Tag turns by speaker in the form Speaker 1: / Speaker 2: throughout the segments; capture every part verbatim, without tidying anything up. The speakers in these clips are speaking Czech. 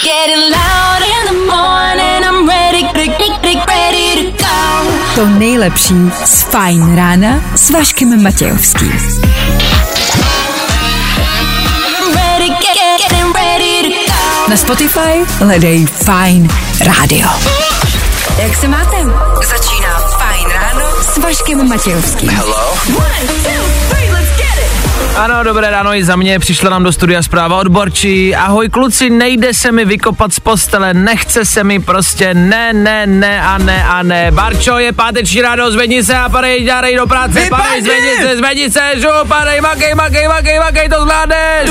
Speaker 1: To nejlepší z Fajn rána s Vaškem Matějovským. Na Spotify hledej Fajn rádio. Jak se máte? Začíná Fajn ráno s Vaškem Matějovským.
Speaker 2: Hello?
Speaker 1: One, two, three, let's get it.
Speaker 2: Ano, dobré ráno i za mě, přišla nám do studia zpráva od Borčí. Ahoj kluci, nejde se mi vykopat z postele, nechce se mi prostě, ne, ne, ne a ne a ne. Barčo, je páteční ráno, zvedni se a padej, dělej do práce,
Speaker 3: Vypadni!
Speaker 2: padej, zvedni se, zvedni se, žu, padej, makej, makej, makej, makej, to zvládneš.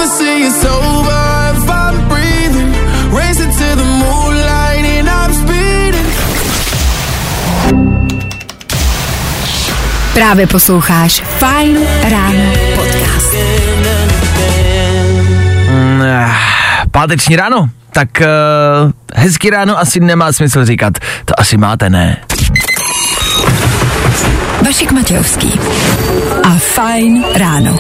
Speaker 1: Právě posloucháš Fajn ráno podcast.
Speaker 2: Mm, páteční ráno? Tak uh, hezký ráno asi nemá smysl říkat. To asi máte, ne?
Speaker 1: Vašek Matějovský a Fajn ráno.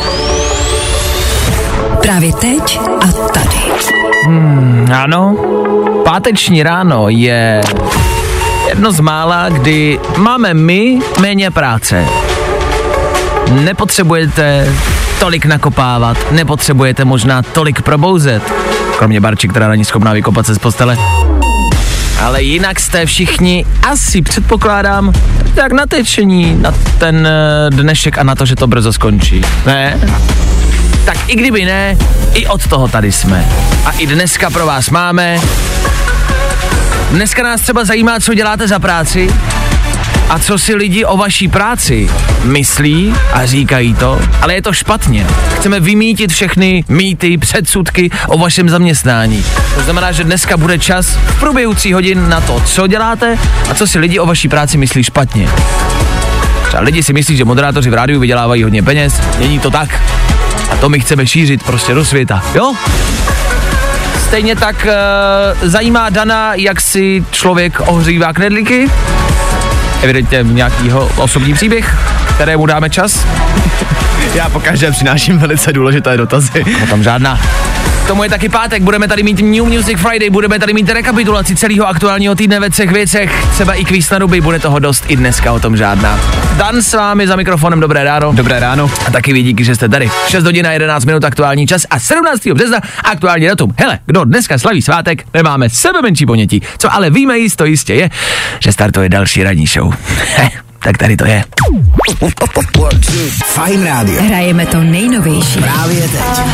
Speaker 1: Právě teď a tady.
Speaker 2: Hmm, ano, páteční ráno je jedno z mála, kdy máme my méně práce. Nepotřebujete tolik nakopávat, nepotřebujete možná tolik probouzet, kromě Barči, která není schopná vykopat se z postele. Ale jinak jste všichni asi, předpokládám, tak na tečení, na ten dnešek a na to, že to brzo skončí. Ne? Tak i kdyby ne, i od toho tady jsme. A i dneska pro vás máme. Dneska nás třeba zajímá, co děláte za práci a co si lidi o vaší práci myslí a říkají to, ale je to špatně. Chceme vymítit všechny mýty, předsudky o vašem zaměstnání. To znamená, že dneska bude čas v průběhu tří hodin na to, co děláte a co si lidi o vaší práci myslí špatně. Třeba lidi si myslí, že moderátoři v rádiu vydělávají hodně peněz, není to tak. A to my chceme šířit prostě do světa, jo? Stejně tak e, zajímá Dana, jak si člověk ohřívá knedlíky. Evidentně nějakýho osobní příběh, kterému dáme čas.
Speaker 3: Já pokaždé přináším velice důležité dotazy.
Speaker 2: No tam žádná. K tomu je taky pátek, budeme tady mít New Music Friday, budeme tady mít rekapitulaci celého aktuálního týdne ve třech věcech, třeba i kvíz na ruby, bude toho dost i dneska, o tom žádná. Dan s vámi za mikrofonem, dobré ráno.
Speaker 3: Dobré ráno.
Speaker 2: A taky vy díky, že jste tady. šest hodin a jedenáct minut aktuální čas a sedmnáctého března aktuální datum. Hele, kdo dneska slaví svátek, nemáme sebe menší ponětí. Co ale víme jisto jistě je, že startuje další ranní show. Tak tady to je.
Speaker 3: Fajn rádio.
Speaker 1: Hrajeme to nejnovější.
Speaker 3: Právě teď.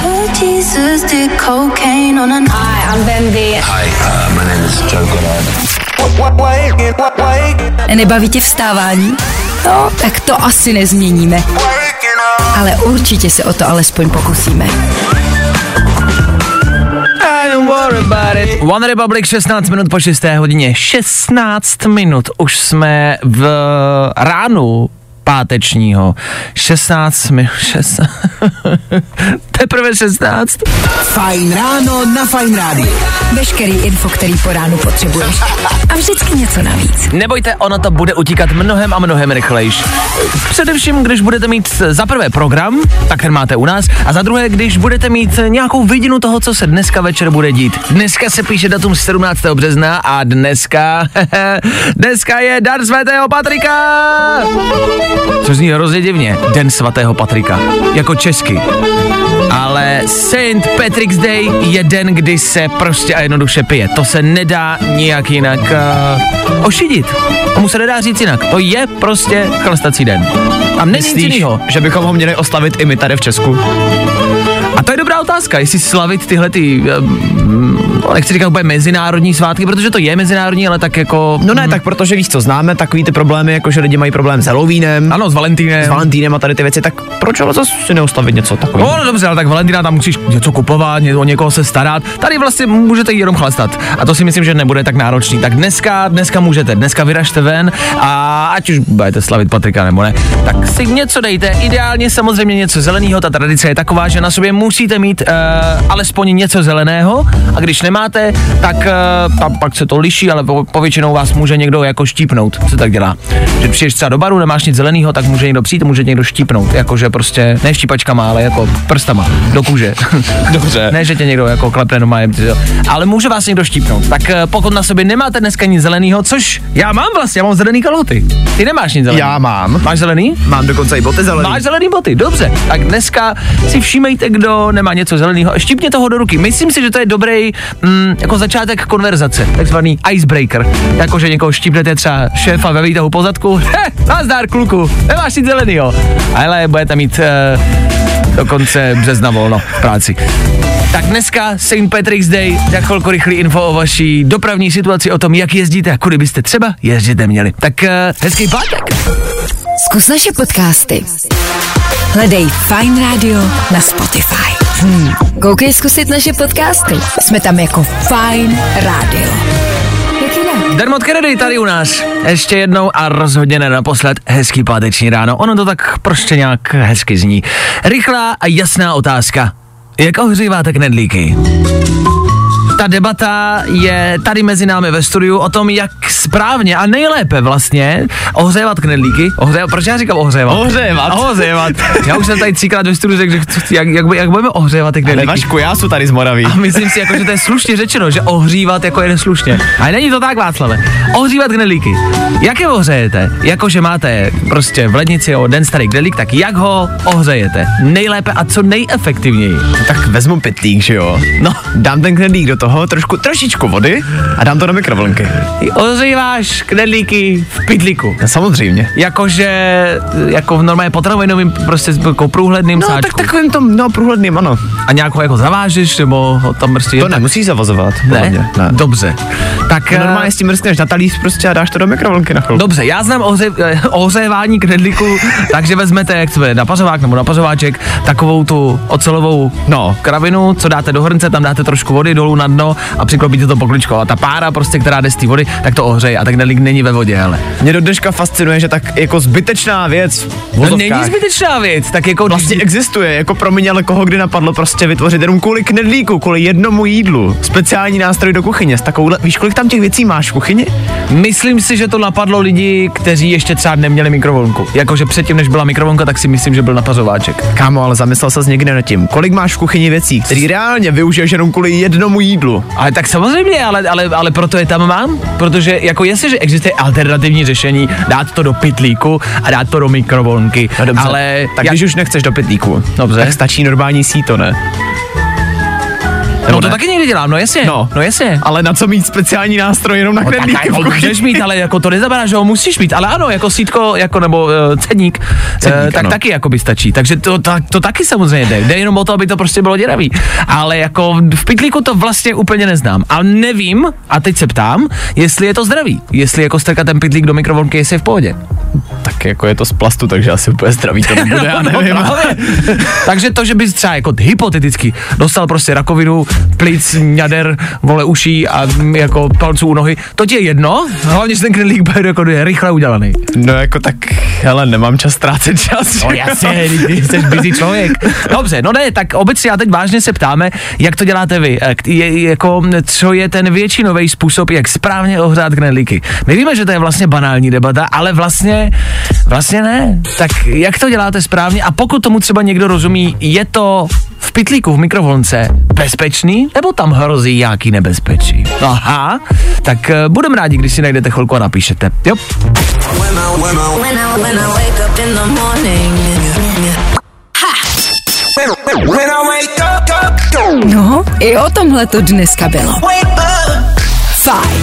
Speaker 1: Hi, I'm Bendy.
Speaker 4: Hi, uh, my name is Joe Goddard.
Speaker 1: Nebaví tě vstávání? No, tak to asi nezměníme. Ale určitě se o to alespoň pokusíme.
Speaker 2: I don't worry about it. One Republic, šestnáct minut po šesté hodině. šestnáct minut. Už jsme v ránu pátečního. šestnáct minut. šestnáct Teprve šestnáct.
Speaker 3: Fajn ráno na Fajn rádiu.
Speaker 1: Veškerý info, který po ránu potřebuješ. A vždycky něco navíc.
Speaker 2: Nebojte, ono to bude utíkat mnohem a mnohem rychlejš. Především, když budete mít za prvé program, tak ten máte u nás, a za druhé, když budete mít nějakou vidinu toho, co se dneska večer bude dít. Dneska se píše datum sedmnáctého března a dneska, dneska je Den svatého Patrika. Což zní hrozně divně, Den svatého Patrika, jako česky. Ale Saint Patrick's Day je den, kdy se prostě a jednoduše pije. To se nedá nijak jinak uh, ošidit. Tomu se nedá říct jinak. To je prostě chlastací den. A není nic jinýho.
Speaker 3: Že bychom ho měli oslavit i my tady v Česku?
Speaker 2: A to je dobrá otázka, jestli slavit tyhle ty, um, nechci říkat úplně mezinárodní svátky, protože to je mezinárodní, ale tak jako...
Speaker 3: No ne, hmm. tak protože víš co, známe takový ty problémy, jako že lidi mají problém s Halloweenen.
Speaker 2: Ano, s Valentínem.
Speaker 3: S Valentínem a tady ty věci, tak proč ale zase si neoslavit něco takového?
Speaker 2: No, no dobře, ale tak Valentína tam musíš něco kupovat, ně, o někoho se starat. Tady vlastně můžete jenom chlastat. A to si myslím, že nebude tak náročný. Tak dneska, dneska můžete, dneska vyražte ven a ať už budete slavit Patrika nebo ne, tak si něco dejte. Ideálně samozřejmě něco zeleného, ta tradice je taková, že na sobě musíte mít uh, alespoň něco zeleného, a když nemáte, tak uh, tam pak se to liší, ale po, povětšinou vás může někdo jako štípnout, co tak dělá. Že přijdeš třeba do baru, nemáš nic zeleného, tak může někdo přijít, může někdo štípnout, jakože prostě ne štípačkama, ale jako prstama do kůže.
Speaker 3: Dobře.
Speaker 2: Ne, že tě někdo jako klepne doma, ale může vás někdo štípnout. Tak uh, pokud na sobě nemáte dneska nic zeleného, což já mám vlastně, já mám zelený kalhoty. Ty nemáš nic zeleného.
Speaker 3: Já mám.
Speaker 2: Máš zelený?
Speaker 3: Mám dokonce i boty zelený.
Speaker 2: Máš zelený boty, dobře. Tak dneska si všímejte, kdo nemá něco zeleného. Štípně toho do ruky. Myslím si, že to je dobrý mm, jako začátek konverzace, takzvaný icebreaker. Jakože někoho štípnete třeba šéfa ve výtahu po zadku. He, nazdar kluku, nemáš nic zelenýho. Ale budete mít uh, do konce března volno v práci. Tak dneska Saint Patrick's Day, jak chvilku rychlý info o vaší dopravní situaci, o tom, jak jezdíte a kudy byste třeba jezdit neměli. Tak uh, hezký pátek.
Speaker 1: Zkus naše podcasty. Hledej Fine Radio na Spotify. Hmm. Koukej zkusit naše podcasty. Jsme tam jako Fine Radio. Jak jinak?
Speaker 2: Dermot Kennedy tady u nás. Ještě jednou a rozhodně ne naposled hezký páteční ráno. Ono to tak prostě nějak hezky zní. Rychlá a jasná otázka. Jak ohříváte knedlíky? Ta debata je tady mezi námi ve studiu o tom, jak správně a nejlépe vlastně ohřívat knedlíky. Ohřívat, proč já říkám ohřívat?
Speaker 3: Ohřívat.
Speaker 2: Ohřívat. Já už jsem tady třikrát ve studiu řekl, že jak, jak, jak budeme ohřívat ty knedlíky.
Speaker 3: Ale Vašku, já jsem tady z Moravy.
Speaker 2: A myslím si, jako, že to je slušně řečeno, že ohřívat jako je neslušně. Ale není to tak, Václave. Ohřívat knedlíky. Jak je ohřejete? Jakože máte prostě v lednici o den starý knedlík, tak jak ho ohřejete? Nejlépe a co nejefektivněji?
Speaker 3: Tak vezmu pytlík, že jo? No, dám ten knedlík do toho, trošku, trošičku vody a dám to do mikrovlnky.
Speaker 2: Ohříváš knedlíky v pytlíku.
Speaker 3: No, samozřejmě.
Speaker 2: Jakože, jako v normálně potravinovým, prostě jako průhledným
Speaker 3: No,
Speaker 2: sáčku.
Speaker 3: tak takovým tom, no, průhledným, ano.
Speaker 2: A nějak ho jako zavážeš, nebo ho tam prostě...
Speaker 3: To nemusíš zavazovat.
Speaker 2: Ne?
Speaker 3: Ne? ne.
Speaker 2: Dobře. Tak...
Speaker 3: No, normálně s tím mrskneš na talíř prostě a dáš to do mikrovlnky na chvilku.
Speaker 2: Dobře, já znám ohře, eh, ohřívání knedlíku, takže vezmete, jak to je, na pařovák nebo na pařováček, takovou tu ocelovou no, kravinu, co dáte do hrnce, tam dáte trošku vody dolů na dno a přiklopíte to pokličkou. A ta pára prostě, která jde z té vody, tak to ohřeje a tak knedlík není ve vodě, ale.
Speaker 3: Mě do dneška fascinuje, že tak jako zbytečná věc.
Speaker 2: No, není zbytečná věc, tak jako...
Speaker 3: Vlastně existuje, jako promiň, ale koho kdy napadlo prostě vytvořit jenom kvůli knedlíku, kvůli jednomu jídlu. Speciální nástroj do kuchyně. S takovouhle, víš, kolik tam těch věcí máš v kuchyni?
Speaker 2: Myslím si, že to napadlo lidi, kteří ještě třeba neměli mikrovlnku. Jakože předtím, než byla mikrovlnka, tak si myslím, že byl napařováček.
Speaker 3: Kámo, ale zamyslel ses někdy nad tím, kolik máš v kuchyni věcí, který reálně využiješ jenom kvůli jednomu jídlu.
Speaker 2: Ale tak samozřejmě, ale, ale, ale proto je tam mám, protože jako jestliže existuje alternativní řešení, dát to do pytlíku a dát to do mikrovlnky,
Speaker 3: no dobře,
Speaker 2: ale...
Speaker 3: tak jak... když už nechceš do pytlíku,
Speaker 2: dobře,
Speaker 3: tak stačí normální síto, ne?
Speaker 2: No to ne? Taky někdy dělám, no jasně, no, no jasně.
Speaker 3: Ale na co mít speciální nástroj jenom na knedlíky?
Speaker 2: No, můžeš mít, ale jako to neznamená, že ho musíš mít, ale ano, jako sítko, jako nebo uh, cedník, cedník uh, tak ano. Taky jako by stačí, takže to, to, to taky samozřejmě jde, jde jenom o to, aby to prostě bylo děravý, ale jako v pytlíku to vlastně úplně neznám a nevím, a teď se ptám, jestli je to zdravý, jestli jako strkat ten pytlík do mikrovlnky, jestli je v pohodě.
Speaker 3: Tak jako je to z plastu, takže asi úplně zdravý to nebude, já nevím.
Speaker 2: No, takže to, že bys třeba jako hypoteticky dostal prostě rakovinu, plic, ňader, vole uší a jako palců u nohy, to ti je jedno, hlavně, že ten knedlík bude jako je rychle udělaný.
Speaker 3: No jako tak, hele, nemám čas ztrácet čas.
Speaker 2: No jasně, ty jsi busy člověk. Dobře, no ne, tak obecně já teď vážně se ptáme, jak to děláte vy, je, jako, co je ten většinový způsob, jak správně ohřát knedlíky. My víme, že to je vlastně banální debata, ale vlastně, vlastně ne. Tak jak to děláte správně a pokud tomu třeba někdo rozumí, je to v pytlíku, v mikrovlnce bezpečný, nebo tam hrozí nějaký nebezpečí? Aha, tak uh, budem rádi, když si najdete chvilku a napíšete. Jo.
Speaker 1: No, i o tomhle to dneska bylo. Fajn.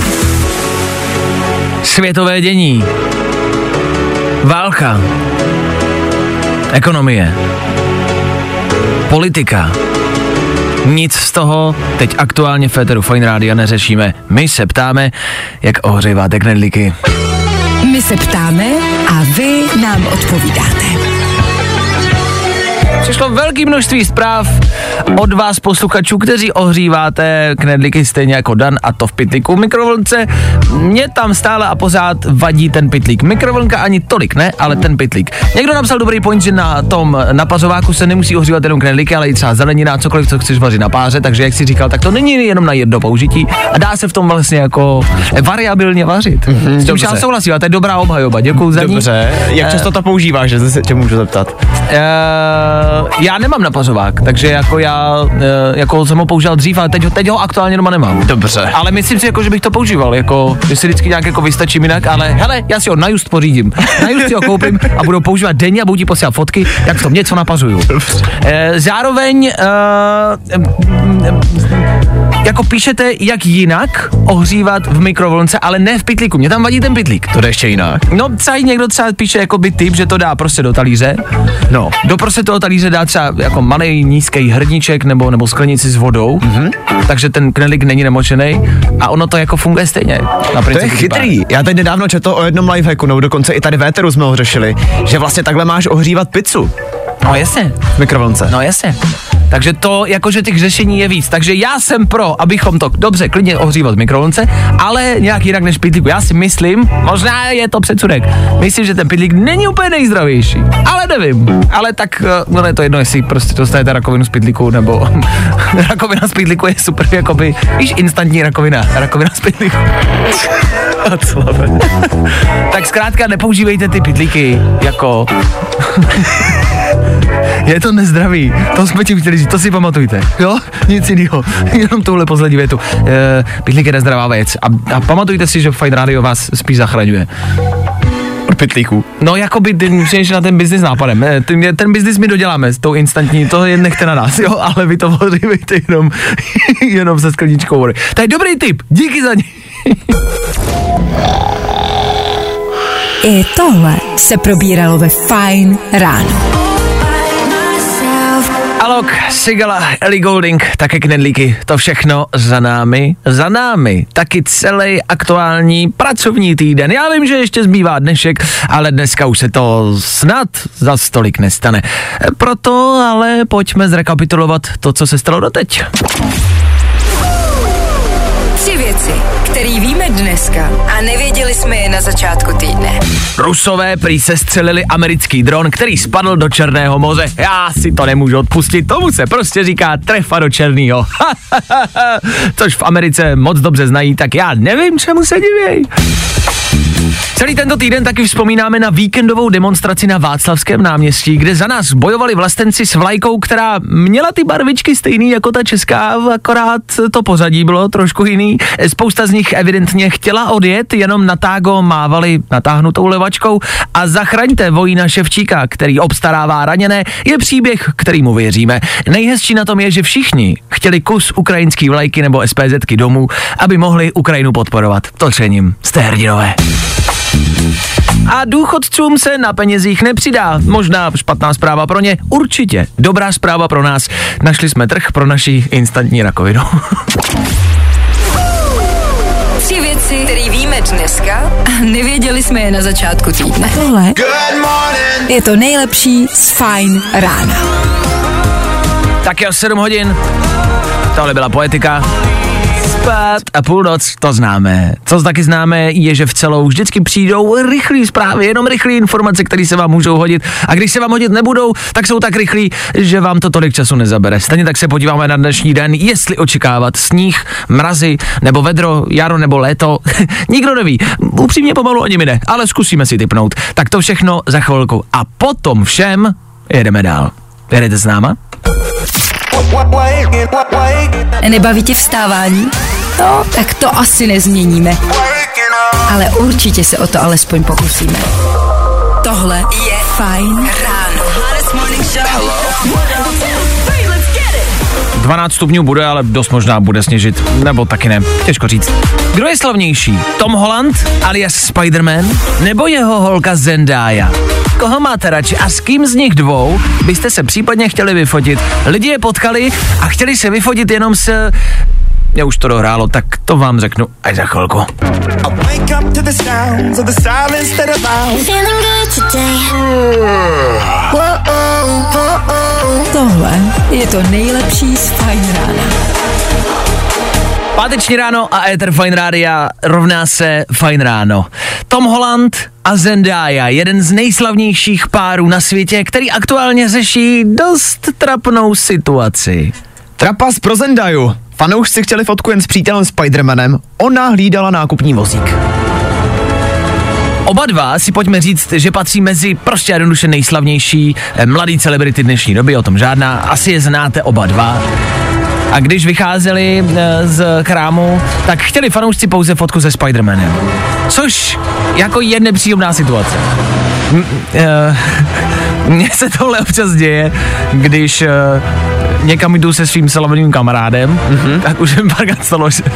Speaker 2: Světové dění. Válka. Ekonomie. Politika. Nic z toho teď aktuálně v Féteru Fine Rádia neřešíme. My se ptáme, jak ohříváte knedlíky.
Speaker 1: My se ptáme a vy nám odpovídáte.
Speaker 2: Přišlo velké množství zpráv od vás posluchačů, kteří ohříváte knedlíky stejně jako Dan, a to v pytlíku mikrovlnce. Mně tam stále a pořád vadí ten pytlík. Mikrovlnka ani tolik ne, ale ten pytlík. Někdo napsal dobrý point, že na tom napařováku se nemusí ohřívat jenom knedlíky, ale i třeba zelenina, cokoliv, co chceš vařit na páře, takže jak si říkal, tak to není jenom na jedno použití a dá se v tom vlastně jako variabilně vařit. Mm-hmm, s tím já souhlasím, a to je dobrá obhajoba, děkuju za ní.
Speaker 3: Dobře, jak často to používáš, že se tě můžu zeptat?
Speaker 2: Uh, já nemám napařovák, takže jako já uh, jako jsem ho používal dřív, ale teď, ho, teď ho aktuálně doma nemám.
Speaker 3: Dobře.
Speaker 2: Ale myslím si, jako, že bych to používal, jako, že si vždycky nějak jako vystačím jinak, ale hele, já si ho na Just pořídím. Na Just si ho koupím a budu používat denně a budu ti posílat fotky, jak v tom něco napařuju. Uh, zároveň uh, jako píšete, jak jinak ohřívat v mikrovlnce, ale ne v pytlíku. Mě tam vadí ten pytlík.
Speaker 3: To jde ještě jinak.
Speaker 2: No, třeba někdo třeba píše jako by typ, že to dá prostě do talíře.
Speaker 3: No.
Speaker 2: Do prostě toho talíře dá třeba jako malej nízký hrníček nebo, nebo sklenici s vodou, mm-hmm. takže ten knedlík není nemočený a ono to jako funguje stejně. Na
Speaker 3: to je chytrý. Já teď nedávno četl o jednom lifehacku, nebo dokonce i tady v éteru jsme ho řešili, že vlastně takhle máš ohřívat pizzu.
Speaker 2: No jasně.
Speaker 3: V mikrovlnce.
Speaker 2: No jasně. Takže to, jakože těch řešení je víc. Takže já jsem pro, abychom to dobře klidně ohřívat v mikrovlnce, ale nějak jinak než pytlíku. Já si myslím, možná je to předsudek, myslím, že ten pytlík není úplně nejzdravější. Ale nevím. Ale tak, no je to jedno, jestli prostě dostanete rakovinu z pytlíku, nebo rakovina z pytlíku je super, jakoby, víš, instantní rakovina, rakovina z pytlíku. Tak zkrátka nepoužívejte ty pytlíky jako... Je to nezdravý, to jsme tím chtěli říct, to si pamatujte, jo? Nic jiného, jenom touhle poslední větu. E, pytlík je nezdravá věc a, a pamatujte si, že Fine Radio vás spíš zachraňuje.
Speaker 3: Od pytlíků.
Speaker 2: No, jakoby přiješ na ten biznis nápadem. Ten, ten biznis my doděláme s tou instantní, to je nechte na nás, jo? Ale vy to ohřívejte jenom, jenom se skleničkou vody. To je dobrý tip, díky za ní.
Speaker 1: I tohle se probíralo ve Fajn ráno.
Speaker 2: Alok, Sigala, Ellie Goulding, také knedlíky, to všechno za námi, za námi, taky celý aktuální pracovní týden. Já vím, že ještě zbývá dnešek, ale dneska už se to snad za stolik nestane. Proto ale pojďme zrekapitulovat to, co se stalo doteď.
Speaker 1: Tři věci, které víme dneska a nevěděli jsme je na začátku týdne.
Speaker 2: Rusové prý sestřelili americký dron, který spadl do Černého moře. Já si to nemůžu odpustit, tomu se prostě říká trefa do černýho. Což v Americe moc dobře znají, tak já nevím, čemu se divěj. Celý tento týden taky vzpomínáme na víkendovou demonstraci na Václavském náměstí, kde za nás bojovali vlastenci s vlajkou, která měla ty barvičky stejný jako ta česká, akorát to pozadí bylo trošku jiný. Spousta z nich evidentně chtěla odjet, jenom na tágo mávali natáhnutou levačkou a Zachraňte vojína Ševčíka, který obstarává raněné, je příběh, kterýmu věříme. Nejhezčí na tom je, že všichni chtěli kus ukrajinský vlajky nebo SPZky domů, aby mohli Ukrajinu podporovat. To cením. Jste hrdinové. A důchodcům se na penězích nepřidá. Možná špatná zpráva pro ně, určitě dobrá zpráva pro nás. Našli jsme trh pro naši instantní rakovinu.
Speaker 1: Tři věci, které víme dneska a nevěděli jsme je na začátku týdne. Tohle je to nejlepší z Fajn rána.
Speaker 2: Tak jo, sedm hodin. Tohle byla Poetika. Spát a půlnoc, to známe. Co taky známe, je, že v celou vždycky přijdou rychlé zprávy, jenom rychlé informace, které se vám můžou hodit. A když se vám hodit nebudou, tak jsou tak rychlí, že vám to tolik času nezabere. Stejně tak se podíváme na dnešní den, jestli očekávat sníh, mrazy, nebo vedro, jaro nebo léto. Nikdo neví. Upřímně pomalu ani my ne, ale zkusíme si tipnout. Tak to všechno za chvilku. A potom všem jedeme dál. Jedete s náma?
Speaker 1: Nebaví tě vstávání? No, tak to asi nezměníme. Ale určitě se o to alespoň pokusíme. Tohle je Fajn ráno.
Speaker 2: dvanáct stupňů bude, ale dost možná bude sněžit. Nebo taky ne, těžko říct. Kdo je slavnější? Tom Holland alias Spider-Man? Nebo jeho holka Zendaya? Koho máte radši a s kým z nich dvou byste se případně chtěli vyfotit? Lidi je potkali a chtěli se vyfotit jenom s mě už to dohrálo, tak to vám řeknu až za chvilku.
Speaker 1: Tohle je to nejlepší z Fajn rána.
Speaker 2: Páteční ráno a éter Fajn rádia rovná se Fajn ráno. Tom Holland a Zendaya, jeden z nejslavnějších párů na světě, který aktuálně řeší dost trapnou situaci.
Speaker 3: Trapas pro Zendayu. Fanoušci chtěli fotku jen s přítelem Spidermanem, ona hlídala nákupní vozík.
Speaker 2: Oba dva si pojďme říct, že patří mezi prostě jednoduše nejslavnější eh, mladý celebrity dnešní doby, o tom žádná, asi je znáte oba dva. A když vycházeli e, z krámu, tak chtěli fanoušci pouze fotku se Spidermanem. Což jako je nepříjemná situace. M, e, Mně se tohle občas děje, když e, někam jdu se svým slavným kamarádem, mm-hmm. tak už mi párkrát stalo, že...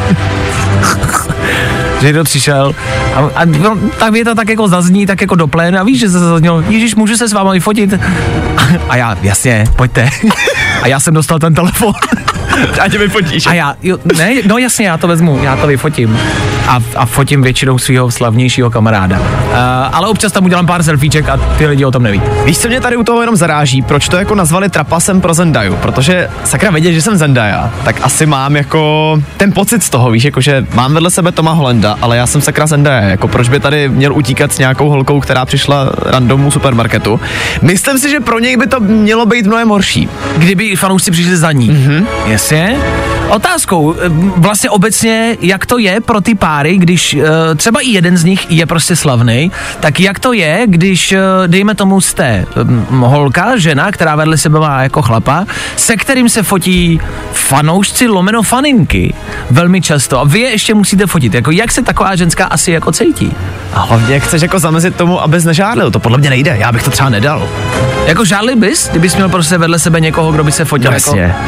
Speaker 2: že někdo přišel a, a no, tak věta tak jako zazní, tak jako do plénu a víš, že se zaznělo, Ježíš, můžu se s váma vyfotit? A, a já, jasně, pojďte. A já jsem dostal ten telefon.
Speaker 3: A tě vyfotíš.
Speaker 2: A já, jo, ne, no jasně, já to vezmu, já to vyfotím. A, a fotím většinou svého slavnějšího kamaráda. Uh, ale občas tam udělám pár selfieček a ty lidi o tom neví.
Speaker 3: Víš, co mě tady u toho jenom zaráží? Proč to jako nazvali trapasem pro Zendayu? Protože sakra vědět, že jsem Zendaya, tak asi mám jako ten pocit z toho, víš, jako že mám vedle sebe Toma Hollanda, ale já jsem sakra Zendaya. Jako proč by tady měl utíkat s nějakou holkou, která přišla randomu supermarketu? Myslím si, že pro něj by to mělo být mnohem horší.
Speaker 2: Kdyby fanoušci přišli za ní.
Speaker 3: Mhm.
Speaker 2: Jasně. Otázkou, vlastně obecně, jak to je pro ty páry, když uh, třeba i jeden z nich je prostě slavný, tak jak to je, když, uh, dejme tomu, jste um, holka, žena, která vedle sebe má jako chlapa, se kterým se fotí fanoušci lomeno faninky velmi často a vy je ještě musíte fotit, jako jak se taková ženská asi jako cítí?
Speaker 3: A hlavně chceš jako zamezit tomu, abys nežádlil, to podle mě nejde, já bych to třeba nedal.
Speaker 2: Jako žádli bys, kdybys měl prostě vedle sebe někoho, kdo by se fotil?
Speaker 3: Jasně.
Speaker 2: Jako...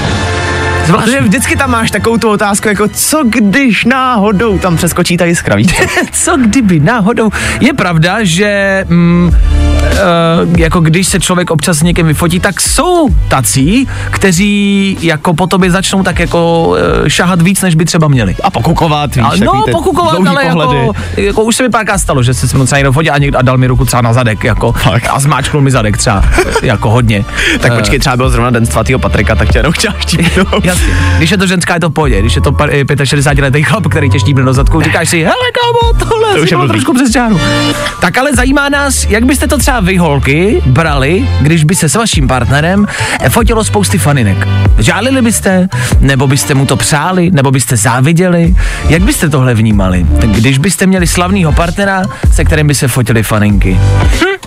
Speaker 3: Protože vždycky tam máš takovou tu otázku, jako co když náhodou tam přeskočí ta jiskra, víš?
Speaker 2: Co kdyby náhodou? Je pravda, že mm, uh, jako když se člověk občas s někým vyfotí, tak jsou tací, kteří jako po tobě začnou tak jako uh, šahat víc, než by třeba měli.
Speaker 3: A pokukovat, víš?
Speaker 2: A, no, pokukovat, ale jako, jako už se mi párkrát stalo, že se se mnou třeba někdo fotil a, někdo, a dal mi ruku třeba na zadek, jako, a zmáčknul mi zadek třeba, jako hodně.
Speaker 3: Tak počkej, třeba byl zrovna den svatýho Patrika, tak tě jenom chtěl štípnout.
Speaker 2: Když je to ženská, je to v pohodě. Když je to šedesátiletý chlap, který tě štípne do zadku, říkáš si, hele kámo, tohle to si bylo trošku přes čáru. Tak ale zajímá nás, jak byste to třeba vy holky brali, když by se s vaším partnerem fotilo spousty faninek. Žálili byste, nebo byste mu to přáli, nebo byste záviděli? Jak byste tohle vnímali, když byste měli slavného partnera, se kterým by se fotili faninky? Hm?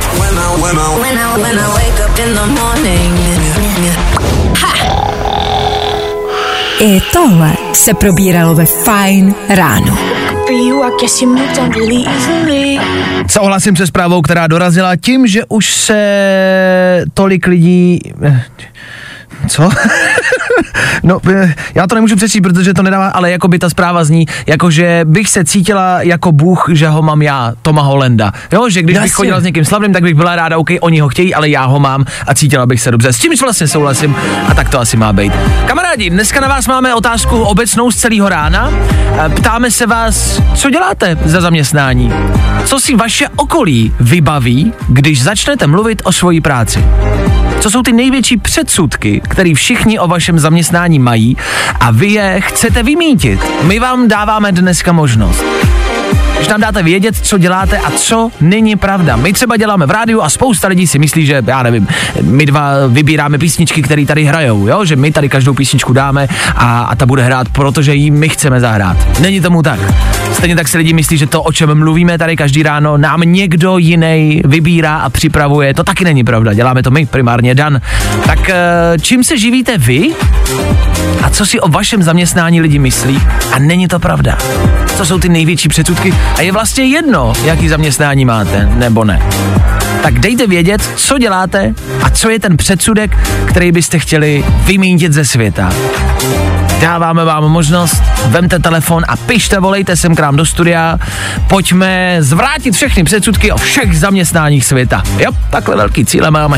Speaker 1: I tohle se probíralo ve Fajn ráno.
Speaker 2: Souhlasím se zprávou, která dorazila tím, že už se tolik lidí... Co? No, já to nemůžu přečíst, protože to nedává, ale jako by ta zpráva zní, jakože bych se cítila jako Bůh, že ho mám já, Toma Hollanda. Jo, že když Jasně. bych chodila s někým slavným, tak bych byla ráda, OK, oni ho chtějí, ale já ho mám a cítila bych se dobře. S čímž vlastně souhlasím a tak to asi má být. Kamarádi, dneska na vás máme otázku obecnou z celého rána. Ptáme se vás, co děláte za zaměstnání? Co si vaše okolí vybaví, když začnete mluvit o svojí práci? Co jsou ty největší předsudky, které všichni o vašem zaměstnání mají a vy je chcete vymítit? My vám dáváme dneska možnost. Když nám dáte vědět, co děláte a co není pravda. My třeba děláme v rádiu a spousta lidí si myslí, že já nevím, my dva vybíráme písničky, které tady hrajou, jo? Že my tady každou písničku dáme a, a ta bude hrát, protože ji my chceme zahrát. Není tomu tak. Stejně tak si lidi myslí, že to, o čem mluvíme tady každý ráno, nám někdo jiný vybírá a připravuje. To taky není pravda. Děláme to my, primárně Dan. Tak čím se živíte vy? A co si o vašem zaměstnání lidi myslí? A není to pravda. Co jsou ty největší předsudky? A je vlastně jedno, jaký zaměstnání máte, nebo ne. Tak dejte vědět, co děláte a co je ten předsudek, který byste chtěli vymítit ze světa. Dáváme vám možnost, vemte telefon a pište, volejte sem k nám do studia. Pojďme zvrátit všechny předsudky o všech zaměstnáních světa. Jo, takhle velký cíle máme.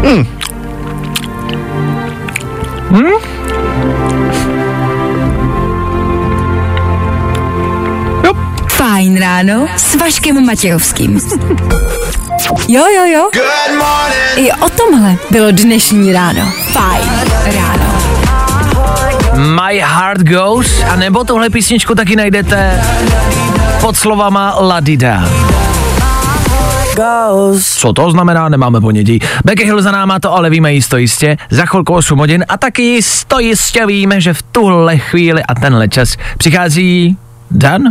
Speaker 3: Hmm.
Speaker 2: Hmm? Jo.
Speaker 1: Fajn ráno s Vaškem Matějovským. Jo, jo, jo. I o tomhle bylo dnešní ráno. Fajn ráno.
Speaker 2: My Heart Goes, a nebo tohle písničku taky najdete pod slovama La Dida. Co to znamená, nemáme ponětí. Becky Hill za náma, to ale víme jisto jistě. Za chvilku osm hodin a taky jisto jistě víme, že v tuhle chvíli a tenhle čas přichází Dan.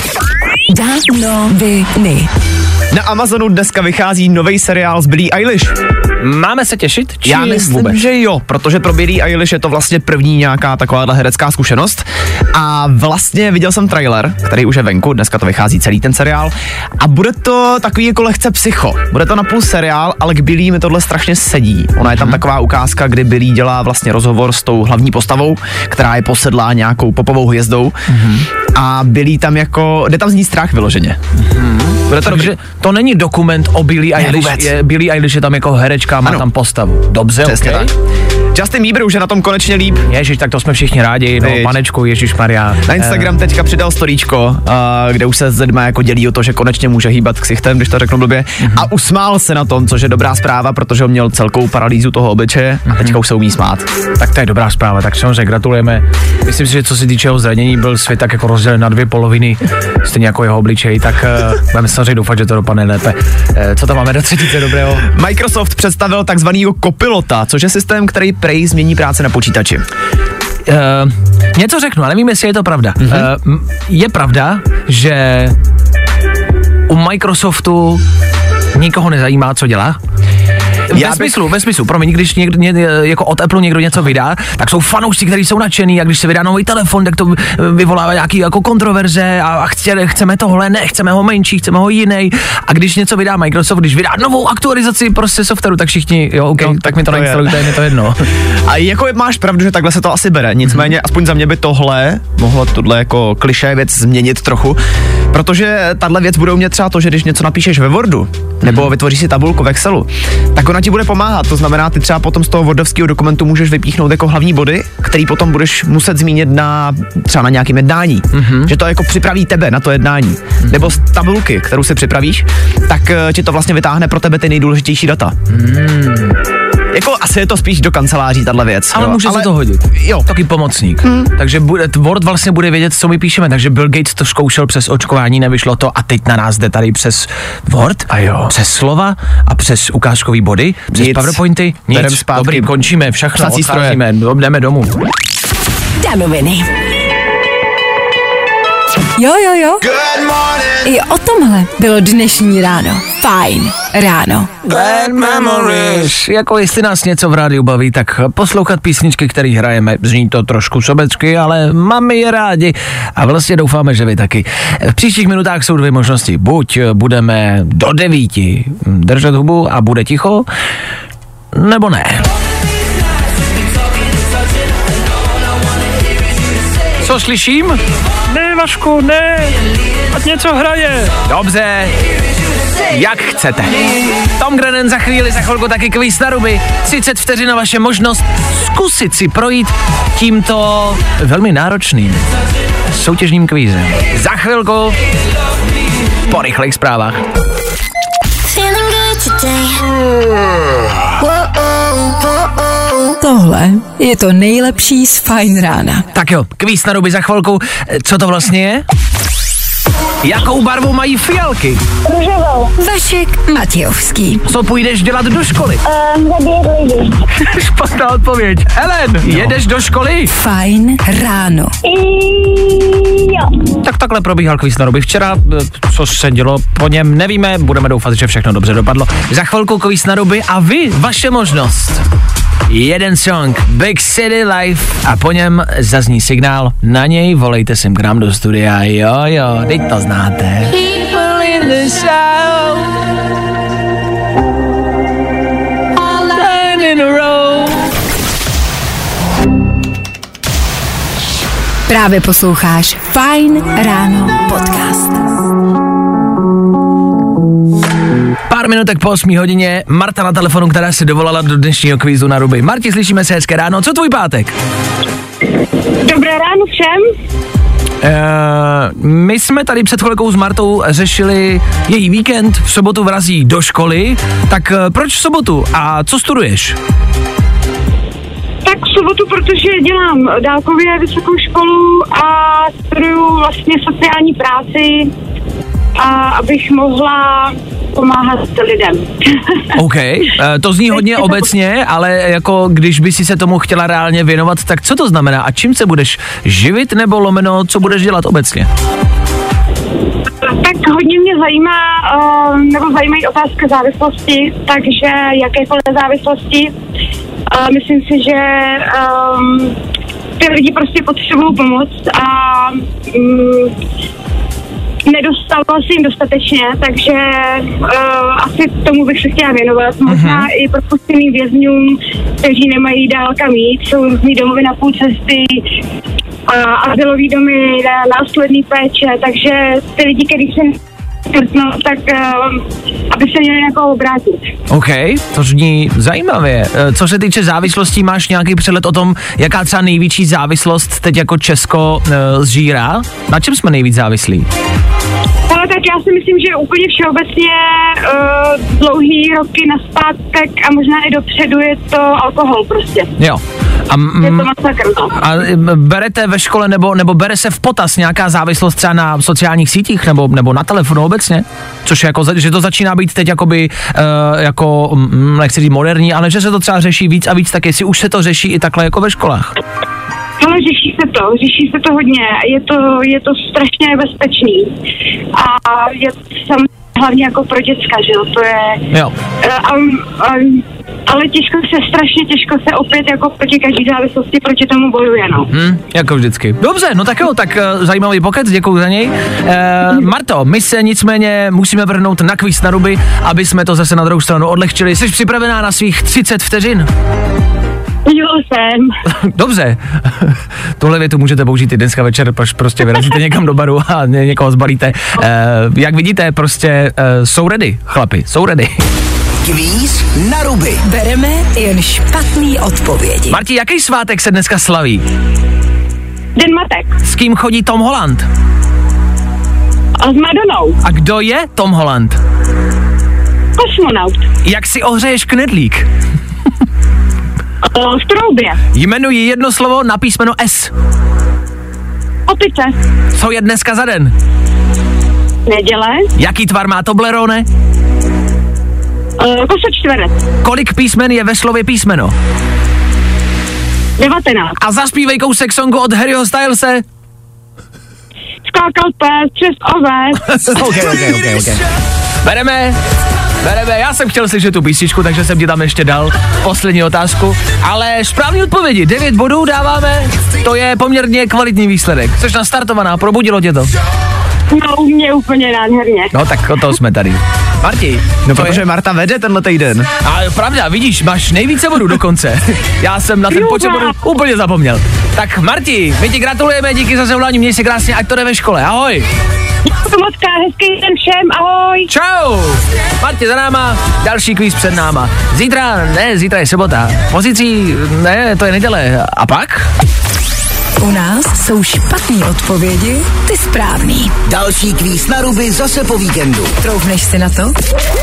Speaker 1: Danoviny.
Speaker 3: Na Amazonu dneska vychází nový seriál s Billie Eilish.
Speaker 2: Máme se těšit? Či
Speaker 3: Já myslím,
Speaker 2: vůbec?
Speaker 3: že jo, protože pro Billie Eilish je to vlastně první nějaká takováhle herecká zkušenost. A vlastně viděl jsem trailer, který už je venku, dneska to vychází celý ten seriál. A bude to takový jako lehce psycho. Bude to napůl seriál, ale k Billie mi tohle strašně sedí. Ona je tam taková ukázka, kdy Billie dělá vlastně rozhovor s tou hlavní postavou, která je posedlá nějakou popovou hvězdou. Mm-hmm. A Billie tam jako, jde tam z ní strach vyloženě. Mm-hmm. Bude to
Speaker 2: Takže to není dokument o Billie Eilish, je, Billie Eilish je tam jako herečka, má
Speaker 3: ano.
Speaker 2: tam postavu. Dobře,
Speaker 3: Přesně
Speaker 2: okay.
Speaker 3: tak. Justin Bieber už je na tom konečně líp.
Speaker 2: Ježiš, tak to jsme všichni rádi, no,
Speaker 3: Teď.
Speaker 2: panečku, ježišmarja.
Speaker 3: Na Instagram teďka přidal storíčko, uh, kde už se s lidmi jako dělí o to, že konečně může hýbat ksichtem, když to řeknu blbě. Mm-hmm. A usmál se na tom, což je dobrá zpráva, protože on měl celkou paralýzu toho obličeje a teďka už se umí smát.
Speaker 2: Tak to je dobrá zpráva, tak samozřejmě gratulujeme. Myslím si, že co se týče jeho zranění, byl svět tak jako rozdělen na dvě poloviny, stejně jako jeho obličej, tak uh, budeme samozřejmě doufat, že to dopadne lépe. Uh, co tam máme do třetice dobrého?
Speaker 3: Microsoft představil takzvanýho Copilota, což je systém, který prej změní práci na počítači.
Speaker 2: Uh, něco řeknu, ale nevím, jestli je to pravda. Mm-hmm. Uh, je pravda, že u Microsoftu nikoho nezajímá, co dělá?
Speaker 3: Já
Speaker 2: ve
Speaker 3: bych...
Speaker 2: smyslu, ve smyslu, promiň, když někdo, ně, jako od Apple někdo něco vydá, tak jsou fanoušci, kteří jsou nadšený, a když se vydá nový telefon, tak to vyvolává nějaký jako kontroverze a chce, chceme tohle, ne, chceme ho menší, chceme ho jiný. A když něco vydá Microsoft, když vydá novou aktualizaci prostě softwaru, tak všichni, jo, okay, no, tak mi to, to nainstalujte, je mi to jedno.
Speaker 3: A jako máš pravdu, že takhle se to asi bere, nicméně mm-hmm. aspoň za mě by tohle mohlo tohle jako klišé věc změnit trochu, protože tahle věc bude umět třeba to, že když něco napíšeš ve Wordu, nebo mm-hmm. vytvoříš si tabulku v Excelu, tak ona ti bude pomáhat, to znamená, ty třeba potom z toho wordovského dokumentu můžeš vypíchnout jako hlavní body, který potom budeš muset zmínit na třeba na nějakém jednání, mm-hmm. že to jako připraví tebe na to jednání, mm-hmm. nebo z tabulky, kterou si připravíš, tak uh, ti to vlastně vytáhne pro tebe ty nejdůležitější data. Mm. Jako asi je to spíš do kanceláří tahle věc.
Speaker 2: Ale
Speaker 3: jo.
Speaker 2: může
Speaker 3: ale...
Speaker 2: se to hodit.
Speaker 3: Jo.
Speaker 2: Taky pomocník. Hmm. Takže bude, Word vlastně bude vědět, co my píšeme. Takže Bill Gates to zkoušel přes očkování, nevyšlo to a teď na nás jde tady přes Word,
Speaker 3: a jo.
Speaker 2: přes slova a přes ukázkový body, přes
Speaker 3: Nic.
Speaker 2: PowerPointy. Nic. Dobrý, končíme, všechno, odcházíme, jdeme domů.
Speaker 1: Danoviny. Jo, jo, jo. I o tomhle bylo dnešní ráno. Fajn ráno.
Speaker 2: Bad memories. Jako jestli nás něco v rádiu baví, tak poslouchat písničky, které hrajeme. Zní to trošku sobecky, ale máme je rádi a vlastně doufáme, že vy taky. V příštích minutách jsou dvě možnosti. Buď budeme do devíti držet hubu a bude ticho, nebo ne. Co slyším? Ne, Vašku, ne. Ať něco hraje. Dobře. Jak chcete. Tom Grennan za chvíli, za chvilku taky kvíz na ruby. třicet vteřin na vaše možnost zkusit si projít tímto velmi náročným soutěžním kvízem. Za chvilku po rychlých zprávách.
Speaker 1: Tohle je to nejlepší z Fajn rána.
Speaker 2: Tak jo, kvíz na ruby za chvilku. Co to vlastně je? Jakou barvu mají fialky?
Speaker 5: Růžovou.
Speaker 1: Vašek Matějovský.
Speaker 2: Co půjdeš dělat do školy?
Speaker 5: Um, zabíjet lidi.
Speaker 2: Špatná odpověď. Helen, no. Jedeš do školy?
Speaker 1: Fajn ráno.
Speaker 5: I jo.
Speaker 2: Tak takhle probíhal kvíz na ruby včera, co se dělo po něm, nevíme, budeme doufat, že všechno dobře dopadlo. Za chvilku kvíz na ruby a vy, vaše možnost. Jeden song, Big City Life a po něm zazní signál, na něj volejte sem k nám do studia, jo jo, teď to znáte. People in the south, line in a row.
Speaker 1: Právě posloucháš Fajn ráno podcast.
Speaker 2: Pár minutek po osmé hodině, Marta na telefonu, která se dovolala do dnešního kvízu na ruby. Marti, slyšíme se, hezké ráno, co tvůj pátek?
Speaker 5: Dobré ráno všem.
Speaker 2: Uh, my jsme tady před chvilkou s Martou řešili její víkend, v sobotu vrazí do školy, tak uh, proč v sobotu a co studuješ?
Speaker 5: Tak v sobotu, protože dělám dálkově vysokou školu a studuju vlastně sociální práci, a abych mohla pomáhat lidem.
Speaker 2: OK, to zní hodně obecně, ale jako když by si se tomu chtěla reálně věnovat, tak co to znamená a čím se budeš živit nebo lomeno, co budeš dělat obecně?
Speaker 5: Tak hodně mě zajímá, uh, nebo zajímají otázky závislosti, takže jakékoliv závislosti. Uh, myslím si, že um, ty lidi prostě potřebují pomoc a um, nedostalo se jim dostatečně, takže uh, asi tomu bych se chtěla věnovat. Možná uh-huh. i propuštěným vězňům, kteří nemají dál kam jít, jsou různý domovy na půl cesty, a azylový domy, následný péče, takže ty lidi, kteří se no, tak uh, aby se měli někoho obrátit.
Speaker 2: OK, to zní zajímavě. Co se týče závislostí, máš nějaký přehled o tom, jaká třeba největší závislost teď jako Česko uh, zžírá? Na čem jsme nejvíc závislí?
Speaker 5: Ale tak já si myslím, že úplně všeobecně uh, dlouhý roky nazpátek a možná i dopředu je to alkohol prostě.
Speaker 2: Jo. A, m-
Speaker 5: je to masakr, no.
Speaker 2: A berete ve škole nebo, nebo bere se v potaz nějaká závislost třeba na sociálních sítích nebo, nebo na telefonu obecně? Což je jako, že to začíná být teď jakoby, uh, jako, nechci říct moderní, ale že se to třeba řeší víc a víc, tak jestli už se to řeší i takhle jako ve školách.
Speaker 5: Ale řeší se to, řeší se to hodně, je to, je to strašně nebezpečný a je samozřejmě hlavně jako pro děcka, že jo, to je,
Speaker 2: jo.
Speaker 5: A, a, ale těžko se, strašně těžko se opět jako proti každý závislosti proti tomu bojuje, no.
Speaker 2: Hmm, jako vždycky. Dobře, no tak jo, tak uh, zajímavý pokec, děkuju za něj. Uh, Marto, my se nicméně musíme vrhnout na kvíz na ruby, aby jsme to zase na druhou stranu odlehčili. Jsi připravená na svých třicet vteřin?
Speaker 5: Jo, jsem.
Speaker 2: Dobře. Tuhle větu můžete použít i dneska večer, proč prostě vyrazíte někam do baru a ně, někoho zbalíte. Uh, jak vidíte, prostě uh, jsou ready, chlapi, jsou ready.
Speaker 6: Kvíz na ruby.
Speaker 1: Bereme jen špatný odpovědi.
Speaker 2: Marti, jaký svátek se dneska slaví?
Speaker 5: Den matek.
Speaker 2: S kým chodí Tom Holland?
Speaker 5: A s Madonou.
Speaker 2: A kdo je Tom Holland?
Speaker 5: Kosmonaut.
Speaker 2: Jak si ohřeješ knedlík?
Speaker 5: V troubě.
Speaker 2: Jmenuji jedno slovo na písmeno S.
Speaker 5: Opice.
Speaker 2: Co je dneska za den?
Speaker 5: Neděle.
Speaker 2: Jaký tvar má Toblerone?
Speaker 5: Uh, kosočtverec.
Speaker 2: Kolik písmen je ve slově písmeno?
Speaker 5: devatenáct.
Speaker 2: A zaspívej kousek songu od Harryho Stylese.
Speaker 5: Skákal pes přes oves.
Speaker 2: ok, ok, ok, ok. Bereme, bereme, já jsem chtěl slyšet tu písničku, takže jsem ti tam ještě dal poslední otázku, ale správný odpovědi, devět bodů dáváme, to je poměrně kvalitní výsledek. Jsi nastartovaná, probudilo tě to?
Speaker 5: No, u mě úplně nádherně.
Speaker 2: No tak o to jsme tady. Marti,
Speaker 3: no
Speaker 2: to
Speaker 3: protože
Speaker 2: je...
Speaker 3: Marta vede tenhle týden.
Speaker 2: A pravda, vidíš, máš nejvíce bodů dokonce. Já jsem na ten počet bodů úplně zapomněl. Tak Marti, my ti gratulujeme, díky za zavolání, měj se krásně, ať to jde ve škole, ahoj.
Speaker 5: Moc hezký den všem, ahoj.
Speaker 2: Čau. Marti za náma, další kvíz před náma. Zítra, ne, zítra je sobota. Pozicí, ne, to je neděle. A pak?
Speaker 1: U nás jsou špatný odpovědi, ty správný.
Speaker 6: Další kvíz na ruby zase po víkendu.
Speaker 1: Troufneš si na to?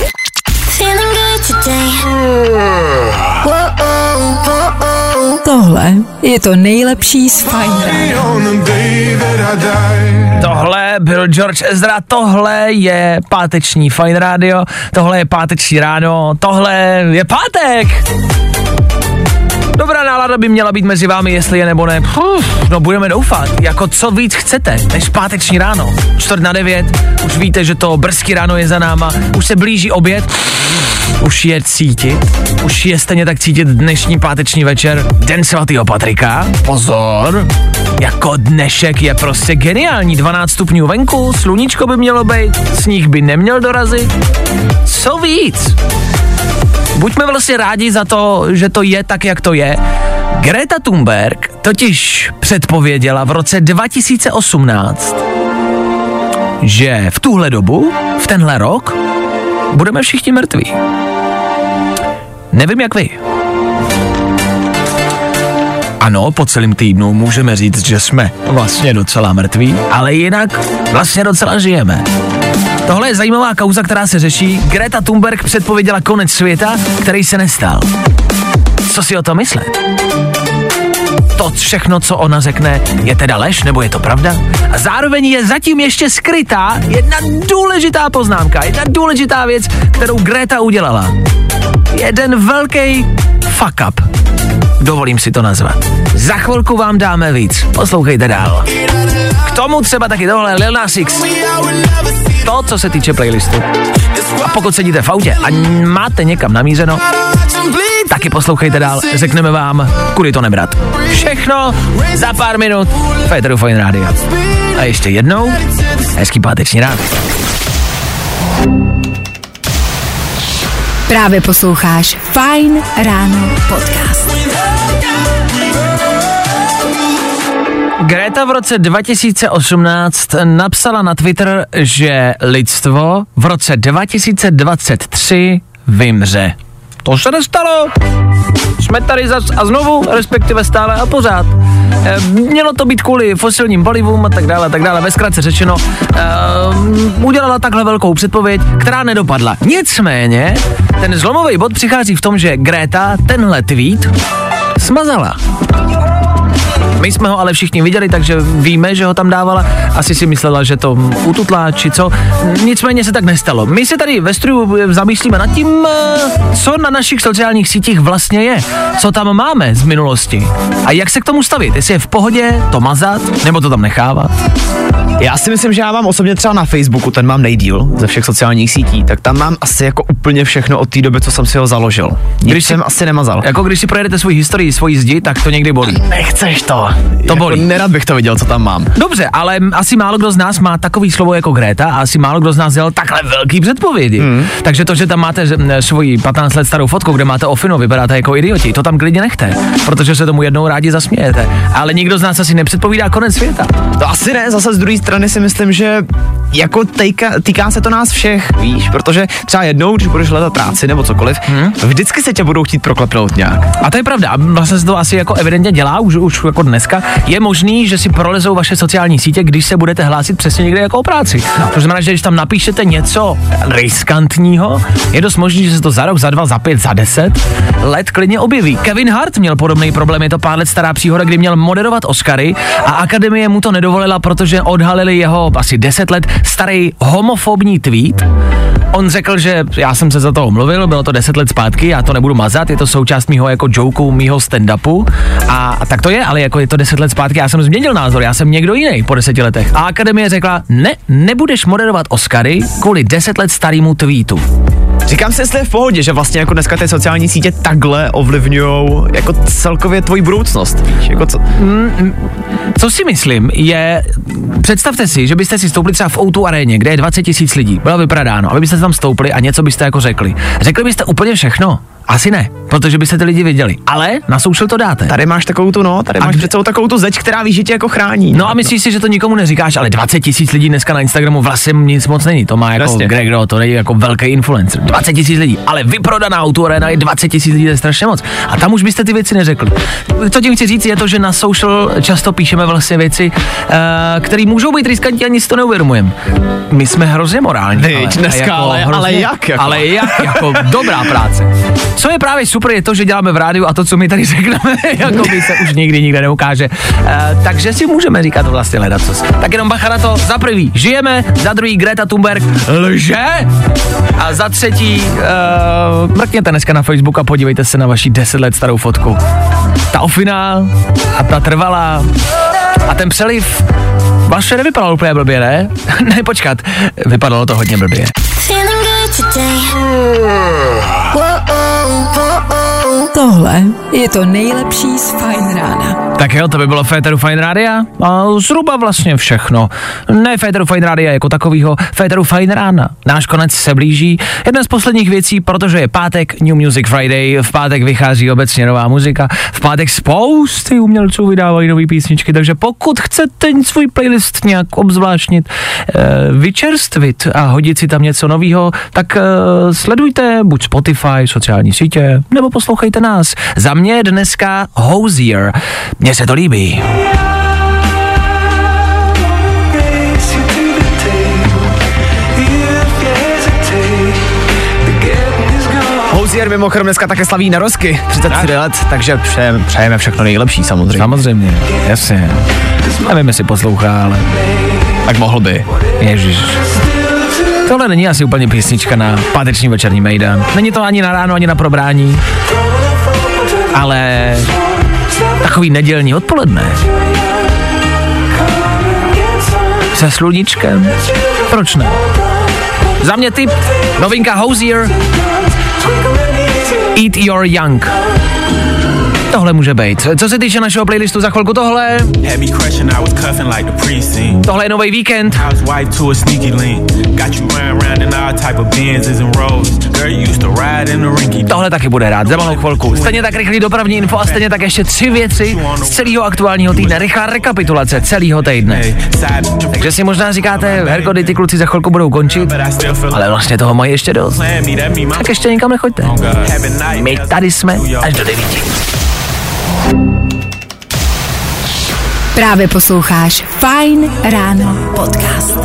Speaker 1: Tohle je to nejlepší z Fajn rána.
Speaker 2: Tohle byl George Ezra, tohle je páteční Fajn rádio, tohle je páteční ráno, tohle je pátek! Dobrá nálada by měla být mezi vámi, jestli je nebo ne. Uf, no budeme doufat, jako co víc chcete, než páteční ráno. Čtvrt na devět, už víte, že to brzký ráno je za náma, už se blíží oběd, už je cítit, už je stejně tak cítit dnešní páteční večer, den svatýho Patrika. Pozor, jako dnešek je prostě geniální, dvanáct stupňů venku, sluníčko by mělo být, sníh by neměl dorazit. Co víc? Buďme vlastně rádi za to, že to je tak, jak to je. Greta Thunberg totiž předpověděla v roce dva tisíce osmnáct, že v tuhle dobu, v tenhle rok, budeme všichni mrtví. Nevím jak vy. Ano, po celém týdnu můžeme říct, že jsme vlastně docela mrtví, ale jinak vlastně docela žijeme. Tohle je zajímavá kauza, která se řeší. Greta Thunberg předpověděla konec světa, který se nestal. Co si o tom myslet? To všechno, co ona řekne, je teda lež, nebo je to pravda? A zároveň je zatím ještě skrytá jedna důležitá poznámka, jedna důležitá věc, kterou Greta udělala. Jeden velký fuck up. Dovolím si to nazvat. Za chvilku vám dáme víc. Poslouchejte dál. K tomu třeba taky tohle Lil Nas X. To, co se týče playlistu. A pokud sedíte v autě a máte někam namířeno, taky poslouchejte dál. Řekneme vám, kudy to nebrat. Všechno za pár minut v Féteru Fajn Rádia. A ještě jednou, hezký páteční ráno.
Speaker 1: Právě posloucháš Fajn ráno podcast.
Speaker 2: Greta v roce dva tisíce osmnáct napsala na Twitter, že lidstvo v roce dva tisíce dvacet tři vymře. To se nestalo. Jsme tady zas a znovu, respektive stále a pořád. E, mělo to být kvůli fosilním palivům a tak dále, a tak dále. Ve zkratce řečeno, e, udělala takhle velkou předpověď, která nedopadla. Nicméně, ten zlomový bod přichází v tom, že Greta tenhle tweet smazala. My jsme ho ale všichni viděli, takže víme, že ho tam dávala. Asi si myslela, že to ututla, či co. Nicméně se tak nestalo. My se tady ve studiu zamýšlíme nad tím, co na našich sociálních sítích vlastně je. Co tam máme z minulosti. A jak se k tomu stavit. Jestli je v pohodě to mazat, nebo to tam nechávat.
Speaker 3: Já si myslím, že já mám osobně třeba na Facebooku, ten mám nejdíl ze všech sociálních sítí, tak tam mám asi jako úplně všechno od té doby, co jsem si ho založil. Nic když jsem si, asi nemazal.
Speaker 2: Jako když si projedete svou historii, svoji zdi, tak to někdy bolí.
Speaker 3: Nechceš to.
Speaker 2: To jako bolí.
Speaker 3: Nerad bych to viděl, co tam mám.
Speaker 2: Dobře, ale asi málo kdo z nás má takový slovo jako Greta a asi málo kdo z nás dělal takhle velký předpovědi. Mm. Takže to, že tam máte svoji patnáct let starou fotku, kde máte ofinu, vypadáte jako idioti, to tam klidně nechte, protože se tomu jednou rádi zasmějete. Ale nikdo z nás asi nepředpovídá konec světa.
Speaker 3: To asi ne, zase z druhé strany si myslím, že jako týka, týká se to nás všech, víš, protože třeba jednou, když budeš hledat práci nebo cokoliv, hmm? vždycky se tě budou chtít proklepnout nějak.
Speaker 2: A to je pravda, a vlastně se to asi jako evidentně dělá, už, už jako dneska. Je možný, že si prolezou vaše sociální sítě, když se budete hlásit přesně někde jako o práci. No. To znamená, že když tam napíšete něco riskantního, je dost možný, že se to za rok, za dva, za pět, za deset let klidně objeví. Kevin Hart měl podobný problém, je to pár let stará příhoda, kdy měl moderovat Oscary a akademie mu to nedovolila, protože odhalili jeho asi deset let starý homofobní tweet. On řekl, že já jsem se za to omluvil, bylo to deset let zpátky, já to nebudu mazat, je to součást mýho jako joku, mýho stand-upu a, a tak to je, ale jako je to deset let zpátky, já jsem změnil názor, já jsem někdo jiný po deseti letech. A akademie řekla, ne, nebudeš moderovat Oscary kvůli deset let starýmu tweetu.
Speaker 3: Říkám si, jestli je v pohodě, že vlastně jako dneska ty sociální sítě takhle ovlivňujou jako celkově tvoji budoucnost, víš, jako co?
Speaker 2: Mm, co si myslím je, představte si, že byste si stoupli třeba v ó dva aréně, kde je dvacet tisíc lidí, bylo vypradáno, aby byste tam stoupli a něco byste jako řekli. Řekli byste úplně všechno? Asi ne, protože byste ty lidi viděli, ale na social to dáte.
Speaker 3: Tady máš takovou tu, no, tady a máš kde... před takovou tu zeď, která víš, že tě jako chrání.
Speaker 2: No a myslíš si, že to nikomu neříkáš, ale dvacet tisíc lidí dneska na Instagramu vlastně nic moc není, to má jako vlastně. Gregor, to není jako velký influencer. dvacet tisíc lidí, ale vyprodaná auto arena je dvacet tisíc lidí, to je strašně moc. A tam už byste ty věci neřekli. Co tím chci říct je to, že na social často píšeme vlastně věci, uh, které můžou být riskantní, ani si to neuvědomujeme. My jsme hrozně morální.
Speaker 3: Teď dneska, jako ale, hrozně, ale jak? Jako?
Speaker 2: Ale jak? Jako dobrá práce. Co je právě super, je to, že děláme v rádiu a to, co my tady řekneme, jako by se už nikdy nikde neukáže. Uh, takže si můžeme říkat vlastně ledacos. Tak jenom bacha na to, za prvý žijeme, za druhý Greta Thunberg lže a za třetí uh, mrkněte dneska na Facebook a podívejte se na vaši deset let starou fotku. Ta ofina a ta trvalá a ten přeliv vaše nevypadalo úplně blbě, ne? Ne, počkat, vypadalo to hodně blbě.
Speaker 1: Tohle tohle je to nejlepší z Fajn rána.
Speaker 2: Tak jo, to by bylo Féteru Fajn Rádia a zhruba vlastně všechno. Ne Féteru Fajn Rádia jako takovýho, Féteru Fajn Rána. Náš konec se blíží. Jedna z posledních věcí, protože je pátek, New Music Friday, v pátek vychází obecně nová muzika, v pátek spousty umělců vydávají nové písničky, takže pokud chcete svůj playlist nějak obzvláštnit, vyčerstvit a hodit si tam něco nového, tak sledujte buď Spotify, sociální sítě, nebo poslouchejte nás. Za mě dneska Hozier. Mně se to líbí.
Speaker 3: Hozier mimochodem dneska také slaví narozky, třicet tři let, takže přejeme, přejeme všechno nejlepší samozřejmě.
Speaker 2: Samozřejmě, jasně. Nevím, jestli poslouchá, ale...
Speaker 3: Tak mohl by.
Speaker 2: Ježiš. Tohle není asi úplně písnička na páteční večerní mejdan. Není to ani na ráno, ani na probrání. Ale... takový nedělní odpoledne. Se sluníčkem. Proč ne? Za mě tip, novinka Hozier. Eat Your Young. Tohle může být. Co se týče našeho playlistu, za chvilku tohle. Tohle je nový víkend. Tohle taky bude rád, za malou chvilku. Stejně tak rychlý dopravní info a stejně tak ještě tři věci z celého aktuálního týdne. Rychlá rekapitulace celého týdne. Takže si možná říkáte, Herko, ty kluci za chvilku budou končit, ale vlastně toho mají ještě dost. Tak ještě nikam nechoďte. My tady jsme až do devíti.
Speaker 1: Právě posloucháš Fajn ráno podcast.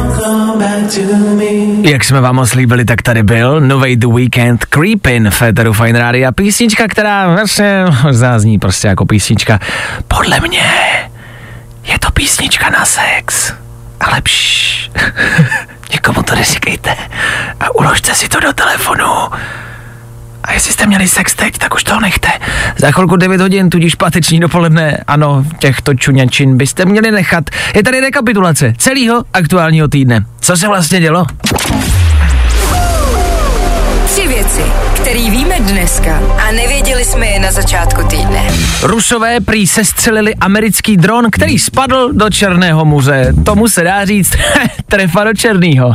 Speaker 2: Jak jsme vám oslíbili, tak tady byl novej The Weeknd Creepin' Féteru Fajn Rádia. Písnička, která vlastně zázní prostě jako písnička. Podle mě je to písnička na sex. Ale pšš, nikomu to neříkejte a uložte si to do telefonu. A jestli jste měli sex teď, tak už toho nechte. Za chvilku devět hodin, tudíž páteční dopoledne, ano, těchto čuňačin byste měli nechat. Je tady rekapitulace celého aktuálního týdne. Co se vlastně dělo?
Speaker 1: Tři věci, které víme dneska a nevěděli jsme je na začátku týdne.
Speaker 2: Rusové prý sestřelili americký dron, který spadl do Černého moře. Tomu se dá říct trefa do Černýho.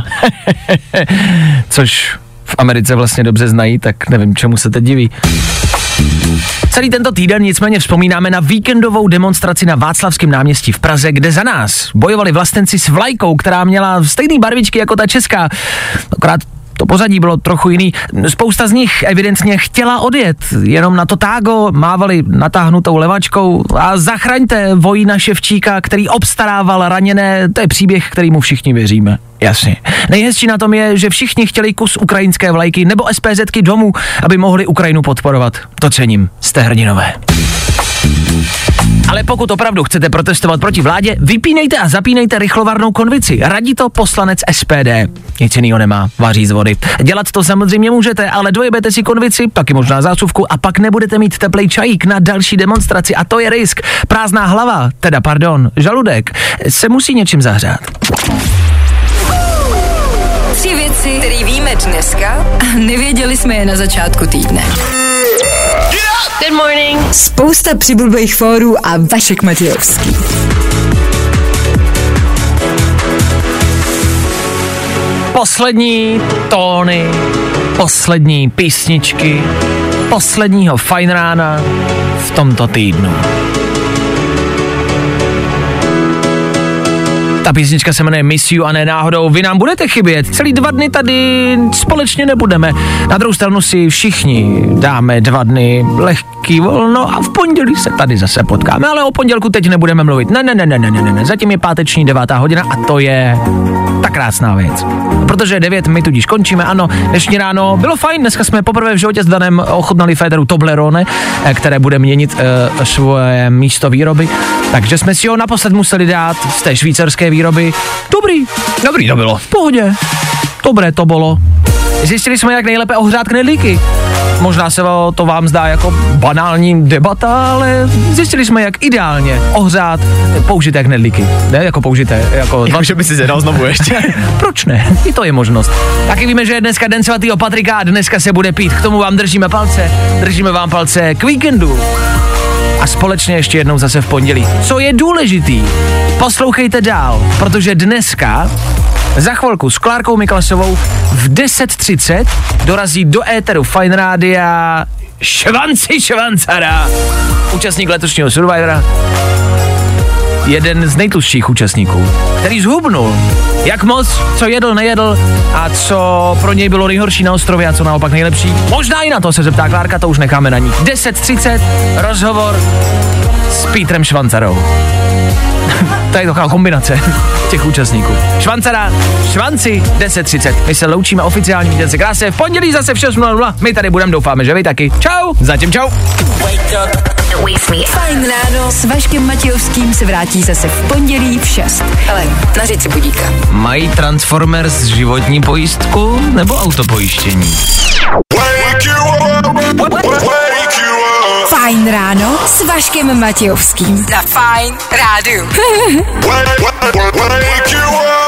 Speaker 2: Což v Americe vlastně dobře znají, tak nevím, čemu se teď diví. Celý tento týden nicméně vzpomínáme na víkendovou demonstraci na Václavském náměstí v Praze, kde za nás bojovali vlastenci s vlajkou, která měla stejný barvičky jako ta česká. Akorát to pozadí bylo trochu jiný. Spousta z nich evidentně chtěla odjet, jenom na to tágo mávali natáhnutou levačkou a zachraňte vojína Ševčíka, který obstarával raněné, to je příběh, kterýmu všichni věříme. Jasně. Nejhezčí na tom je, že všichni chtěli kus ukrajinské vlajky nebo SPZky domů, aby mohli Ukrajinu podporovat. To cením. Jste hrdinové. Ale pokud opravdu chcete protestovat proti vládě, vypínejte a zapínejte rychlovarnou konvici. Radí to poslanec S P D. Nic jiného nemá, vaří z vody. Dělat to samozřejmě můžete, ale dojebete si konvici, taky možná zásuvku a pak nebudete mít teplej čajík na další demonstraci a to je risk. Prázdná hlava, teda pardon, žaludek, se musí něčím zahřát.
Speaker 1: Tři věci, které víme dneska a nevěděli jsme je na začátku týdne. Good morning. Spousta přibulbých fórů a Vašek Matějovský.
Speaker 2: Poslední tóny, poslední písničky, posledního Fajn rána v tomto týdnu. Ta písnička se jmenuje Miss You a ne náhodou vy nám budete chybět. Celý dva dny tady společně nebudeme. Na druhou stranu si všichni dáme dva dny lehký volno a v pondělí se tady zase potkáme, ale o pondělku teď nebudeme mluvit. Ne, ne, ne, ne, ne, ne, ne. Zatím je páteční devátá hodina a to je ta krásná věc. Protože devět my tudíž končíme, ano, dnešní ráno bylo fajn, dneska jsme poprvé v životě s Danem ochutnali Féteru Toblerone, které bude měnit uh, svoje místo výroby, takže jsme si ho naposled museli dát z té švýcarské výroby. Dobrý, dobrý to bylo. V pohodě. Dobré to bylo. Zjistili jsme, jak nejlépe ohřát knedlíky. Možná se to vám zdá jako banální debata, ale zjistili jsme, jak ideálně ohřát použité knedlíky. Ne jako použité, jako...
Speaker 3: Jako, že by si zjedal znovu ještě.
Speaker 2: Proč ne? I to je možnost. Taky víme, že je dneska den svatýho Patrika a dneska se bude pít. K tomu vám držíme palce. Držíme vám palce k víkendu. A společně ještě jednou zase v pondělí. Co je důležitý? Poslouchejte dál, protože dneska za chvilku s Klárkou Miklasovou v deset třicet dorazí do éteru Fine Rádia Švanci Švancara, účastník letošního Survivora, jeden z nejtlustších účastníků, který zhubnul. Jak moc, co jedl, nejedl a co pro něj bylo nejhorší na ostrově a co naopak nejlepší. Možná i na to se zeptá Klárka, to už necháme na ní. deset třicet, rozhovor s Pítrem Švancarou. To je taková kombinace těch účastníků. Švancara, Švanci, deset třicet. My se loučíme oficiální, mějte se krásně. V pondělí zase v šest nula nula. My tady budeme, doufáme, že vy taky. Čau.
Speaker 3: Zatím čau.
Speaker 1: Fajn ráno s Vaškem Matějovským se vrátí zase v pondělí v šest. Ale nařiď si budíka.
Speaker 2: Mají Transformers životní pojistku nebo autopojištění?
Speaker 1: Fajn ráno s Vaškem Matějovským. Na Fajn rádiu.
Speaker 7: Wake you up.